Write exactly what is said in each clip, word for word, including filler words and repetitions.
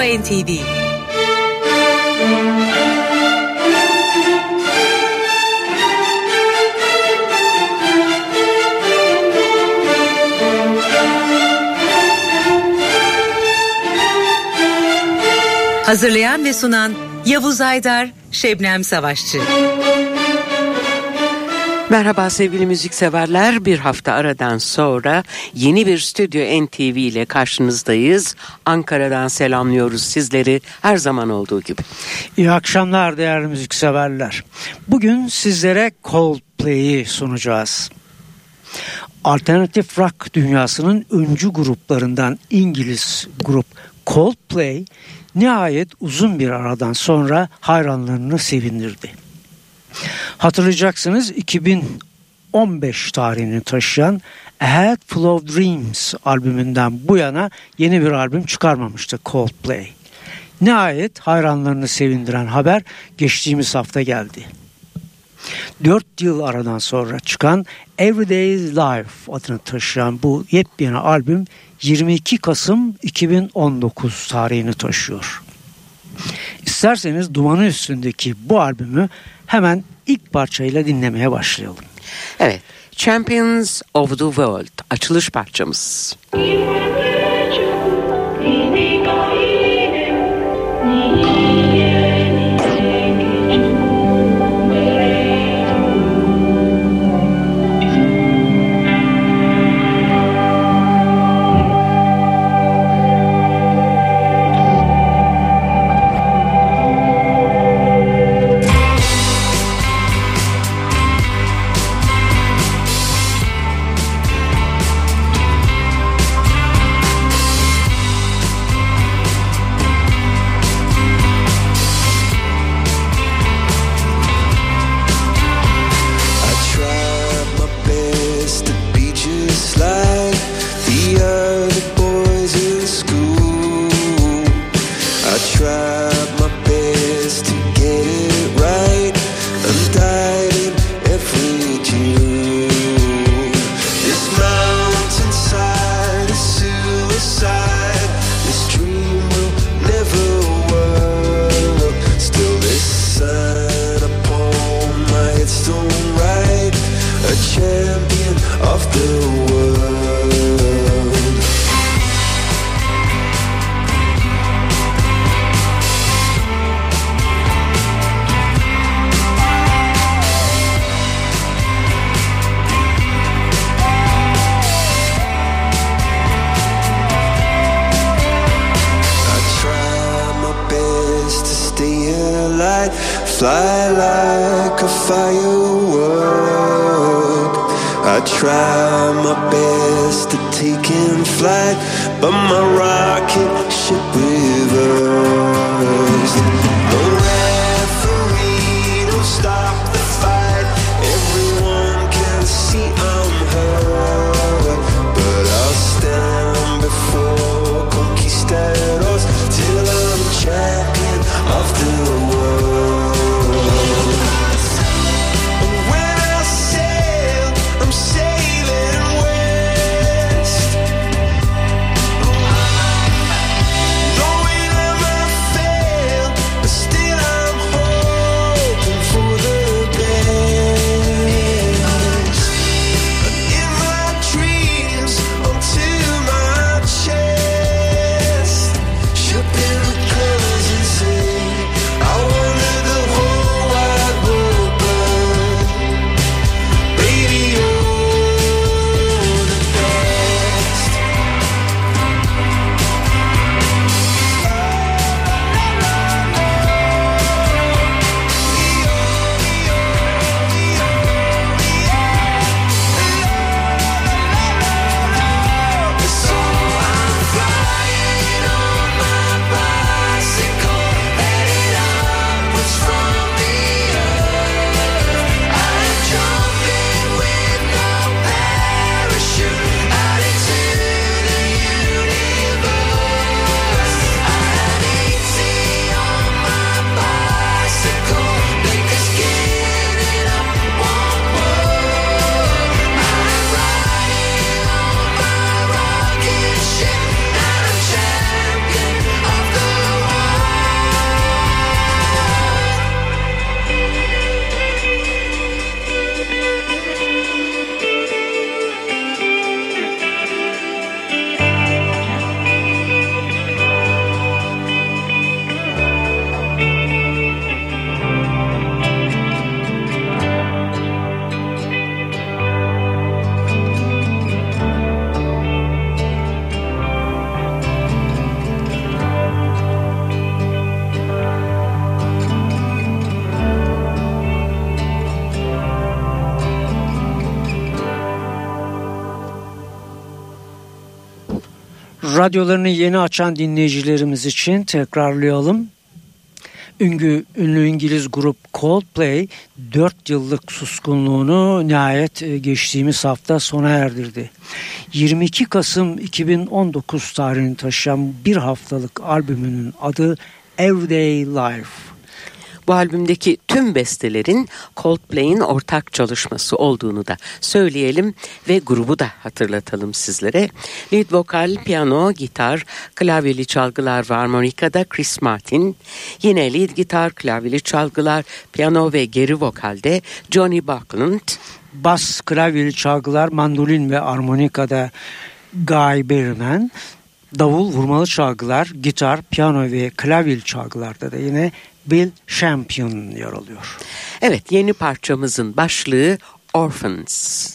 N T V. Hazırlayan ve sunan Yavuz Aydar, Şebnem Savaşçı. Merhaba sevgili müzikseverler, bir hafta aradan sonra yeni bir Stüdyo N T V ile karşınızdayız. Ankara'dan selamlıyoruz sizleri her zaman olduğu gibi. İyi akşamlar değerli müzikseverler. Bugün sizlere Coldplay'i sunacağız. Alternatif rock dünyasının öncü gruplarından İngiliz grup Coldplay nihayet uzun bir aradan sonra hayranlarını sevindirdi. Hatırlayacaksınız, iki bin on beş tarihini taşıyan A Head Full of Dreams albümünden bu yana yeni bir albüm çıkarmamıştı Coldplay. Nihayet hayranlarını sevindiren haber geçtiğimiz hafta geldi. dört yıl aradan sonra çıkan Everyday Life adını taşıyan bu yepyeni albüm yirmi iki Kasım iki bin on dokuz tarihini taşıyor. İsterseniz dumanı üstündeki bu albümü hemen ilk parçayla dinlemeye başlayalım. Evet, Champions of the World açılış parçamız. Fly like a firework. I try my best to take in flight, but my rocket ship reversed. No referee, don't stop the fight. Everyone can see I'm hurt, but I'll stand before conquistadors till I'm champion of the world. Knowing I'm Radyolarını yeni açan dinleyicilerimiz için tekrarlayalım. Ünlü, ünlü İngiliz grup Coldplay dört yıllık suskunluğunu nihayet geçtiğimiz hafta sona erdirdi. yirmi iki Kasım iki bin on dokuz tarihini taşıyan bir haftalık albümünün adı Everyday Life. Bu albümdeki tüm bestelerin Coldplay'in ortak çalışması olduğunu da söyleyelim ve grubu da hatırlatalım sizlere. Lead vokal, piyano, gitar, klavyeli çalgılar ve armonikada Chris Martin. Yine lead gitar, klavyeli çalgılar, piyano ve geri vokalde Johnny Buckland. Bas, klavyeli çalgılar, mandolin ve armonikada Guy Berryman. Davul, vurmalı çalgılar, gitar, piyano ve klavyeli çalgılarda da yine Bill Champion yer alıyor. Evet, yeni parçamızın başlığı Orphans.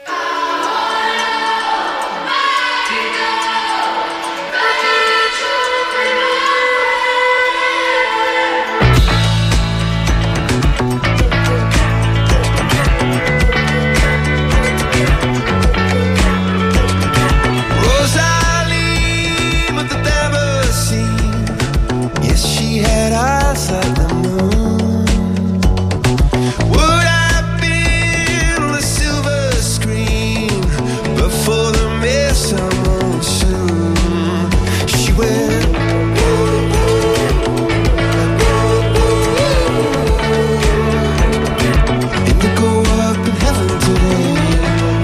Like the moon, would I be on a silver screen before the midsummer monsoon? She went, indigo up in heaven today,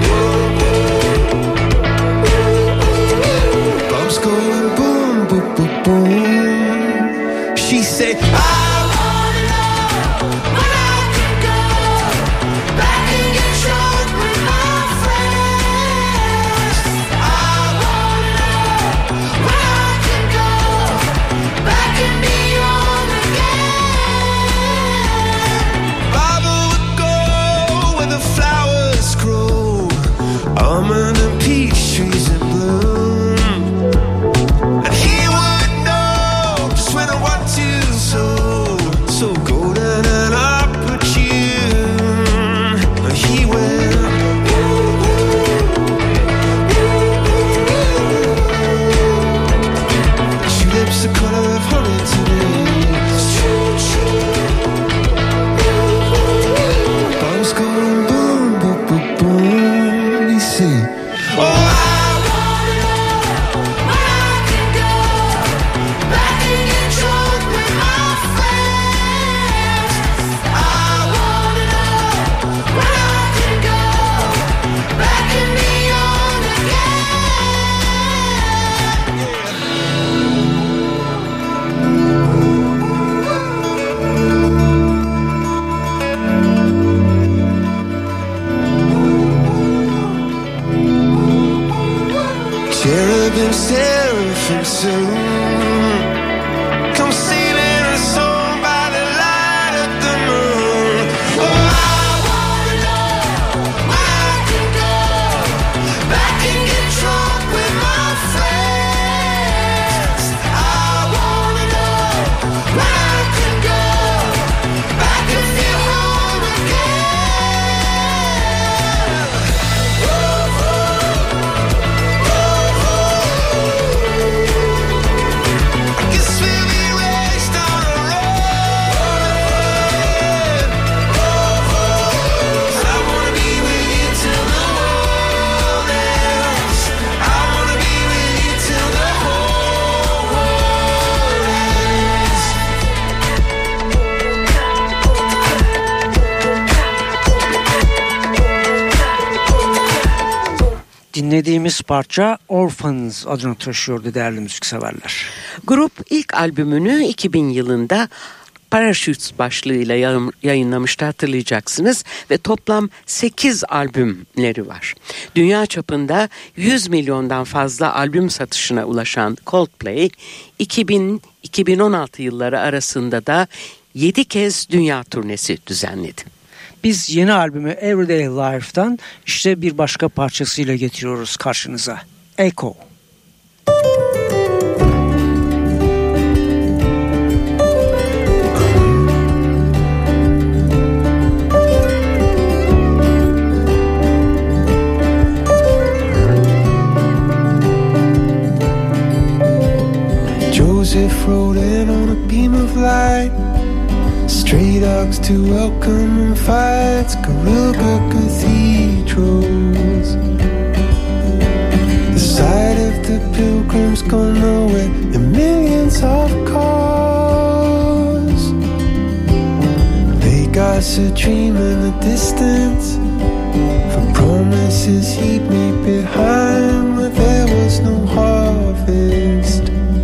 bombs going boom, boom, boom, boom. She said, I almond and peach trees in bloom, and he would know just when I want to sow, so golden and opportune. He went, tulips the color of honey today, bombs going boom, boom, boom, boom. He said, oh, I wanna know where I can go back and get drunk with my friends. I wanna know where I can go back and be young again. Cherubim, seraphim soon come sailing a song by the light of the moon. Oh, I wanna know where I can go back and get drunk with my friends. I wanna know where I can go back and feel home again. Dinlediğimiz parça Orphans adını taşıyordu değerli müzikseverler. Grup ilk albümünü iki bin yılında Parachutes başlığıyla yayınlamıştı, hatırlayacaksınız, ve toplam sekiz albümleri var. Dünya çapında yüz milyondan fazla albüm satışına ulaşan Coldplay iki bin iki bin on altı yılları arasında da yedi kez dünya turnesi düzenledi. Biz yeni albümü Everyday Life'tan işte bir başka parçasıyla getiriyoruz karşınıza. Echo. Joseph rode in on a beam of light. Stray dogs to welcome and fights, Garuba cathedrals. The sight of the pilgrims gone nowhere in millions of cars. Vegas a dream in the distance, for promises he'd made behind where there was no harvest.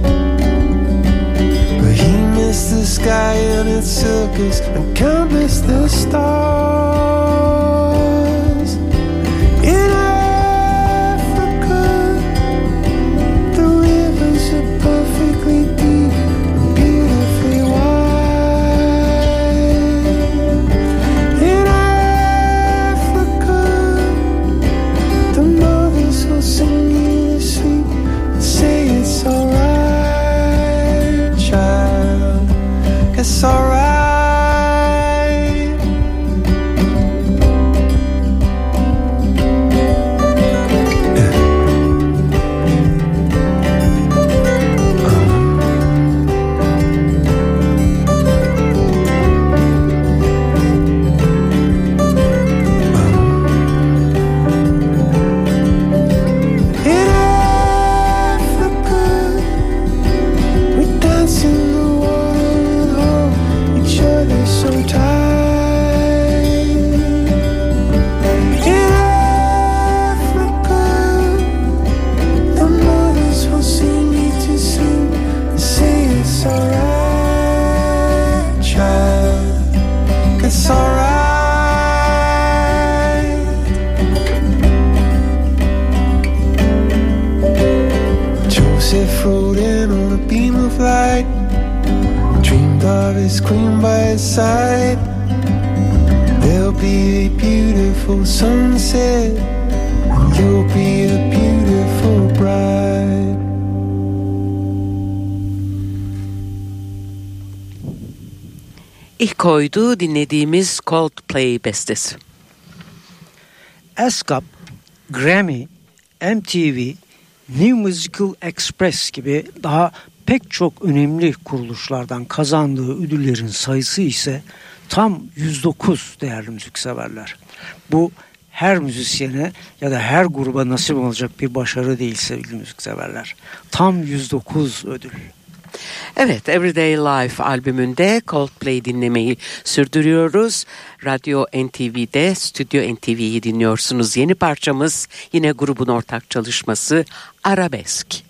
The sky and its circles and countless the stars. In Africa, the rivers are perfectly deep and beautifully wide. In Africa, the mothers will sing you to sleep and say it's alright, child. It's alright. In Africa, we dance in the water and each other so tight. In Africa, the mothers will sing me to sing and say it's alright, child. It's alright. Joseph rode in on a beam of light, dreamed of his queen by his side. There'll be a beautiful sunset, and you'll be a beautiful bride. İlk oydu dinlediğimiz Coldplay bestesi. ASCAP, Grammy, M T V, New Musical Express gibi daha pek çok önemli kuruluşlardan kazandığı ödüllerin sayısı ise tam yüz dokuz değerli müzikseverler. Bu her müzisyene ya da her gruba nasip olacak bir başarı değil sevgili müzikseverler. Tam yüz dokuz ödül. Evet, Everyday Life albümünde Coldplay dinlemeyi sürdürüyoruz. Radyo N T V'de Stüdyo N T V'yi dinliyorsunuz. Yeni parçamız yine grubun ortak çalışması Arabesk.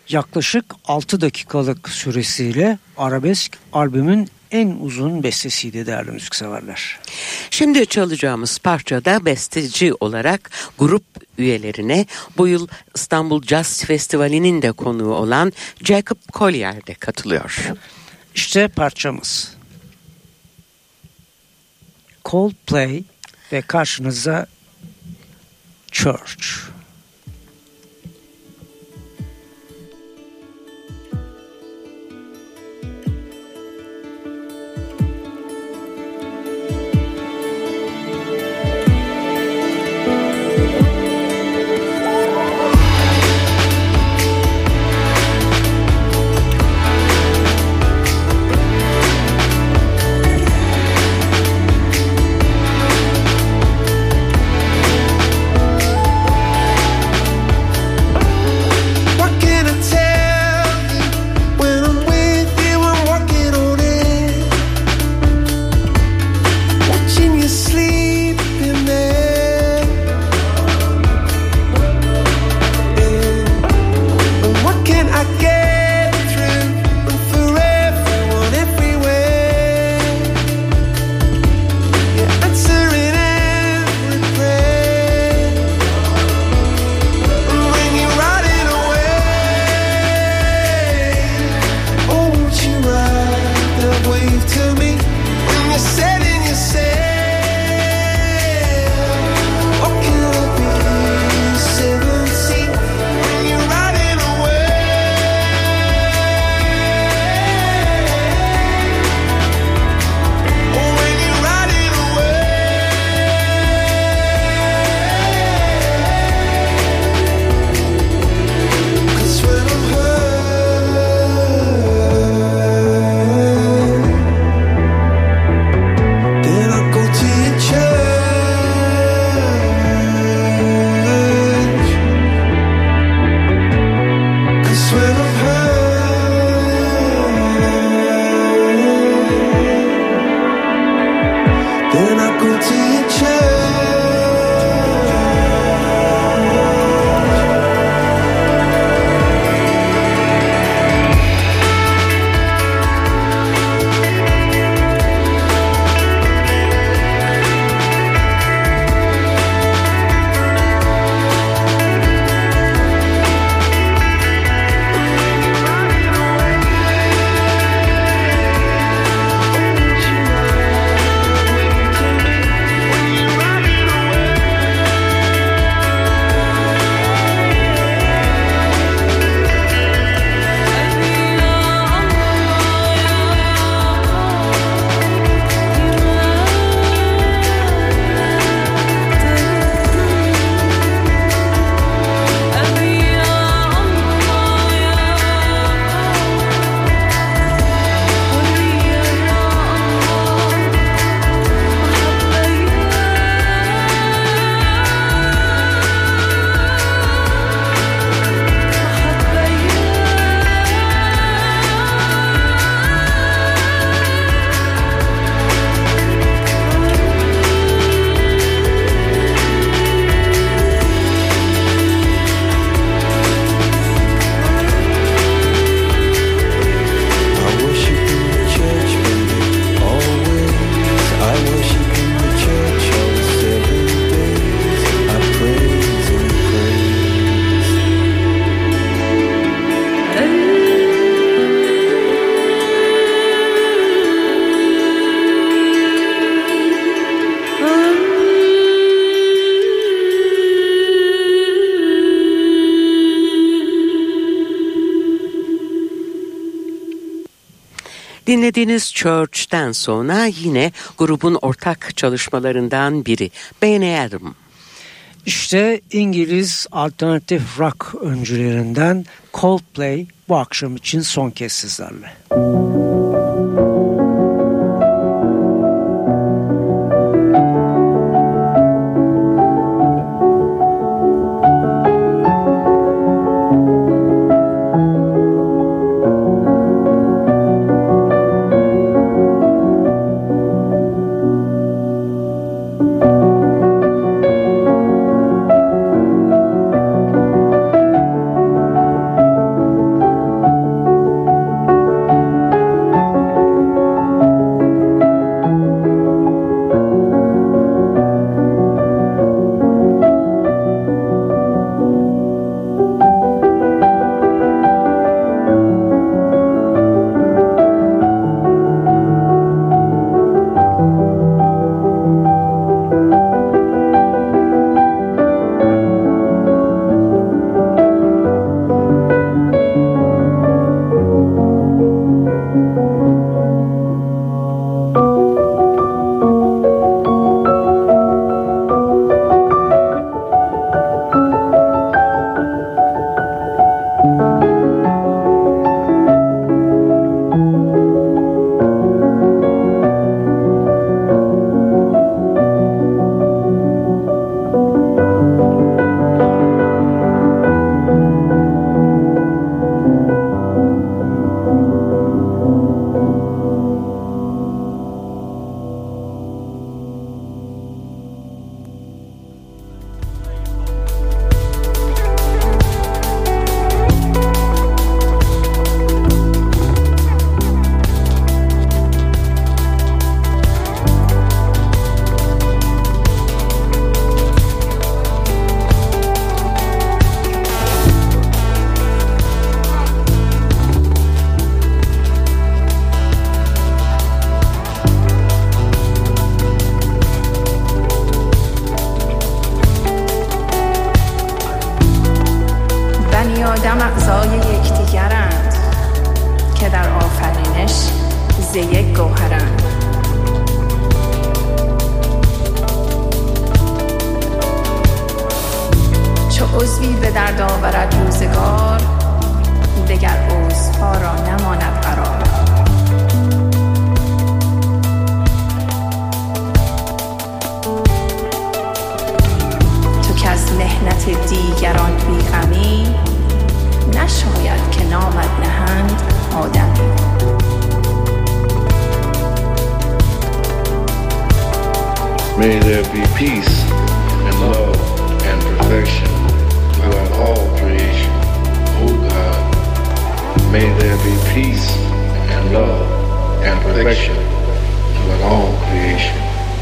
yaklaşık altı dakikalık süresiyle arabesk albümün en uzun bestesiydi değerli müzikseverler. Şimdi çalacağımız parçada besteci olarak grup üyelerine bu yıl İstanbul Jazz Festivali'nin de konuğu olan Jacob Collier de katılıyor. İşte parçamız Coldplay ve karşınıza Church. Dinlediğiniz Church'ten sonra yine grubun ortak çalışmalarından biri Ben Adam. İşte İngiliz alternatif rock öncülerinden Coldplay bu akşam için son kez sizlerle. عضوی به درد آورد روزگار دگر عضوها را نماند قرار. تو که از محنت دیگران بی‌غمی نشاید که نامت نهند آدمی. May there be peace and love and perfection throughout all creation, O God. May there be peace and love and perfection throughout all creation,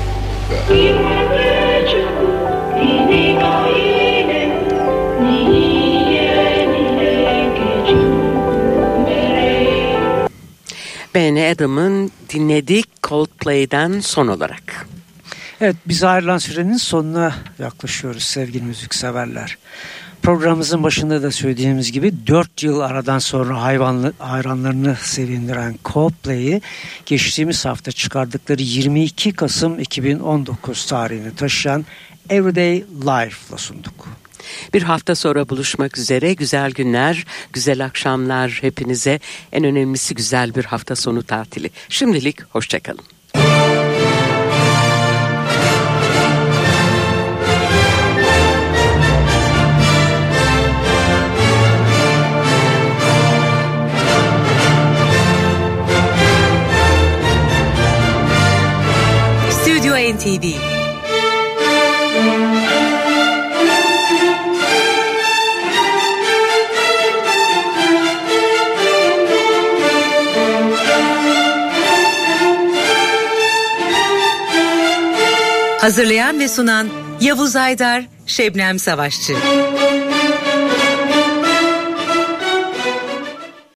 Ben Adam'ın dinledik Coldplay'den son olarak. Evet, biz ayrılan sürenin sonuna yaklaşıyoruz sevgili müzikseverler. Programımızın başında da söylediğimiz gibi dört yıl aradan sonra hayvanlı, hayranlarını sevindiren Coldplay'i geçtiğimiz hafta çıkardıkları yirmi iki Kasım iki bin on dokuz tarihini taşıyan Everyday Life'la sunduk. Bir hafta sonra buluşmak üzere. Güzel günler, güzel akşamlar hepinize. En önemlisi güzel bir hafta sonu tatili. Şimdilik hoşçakalın. Stüdyo N T V. Hazırlayan ve sunan Yavuz Aydar, Şebnem Savaşçı.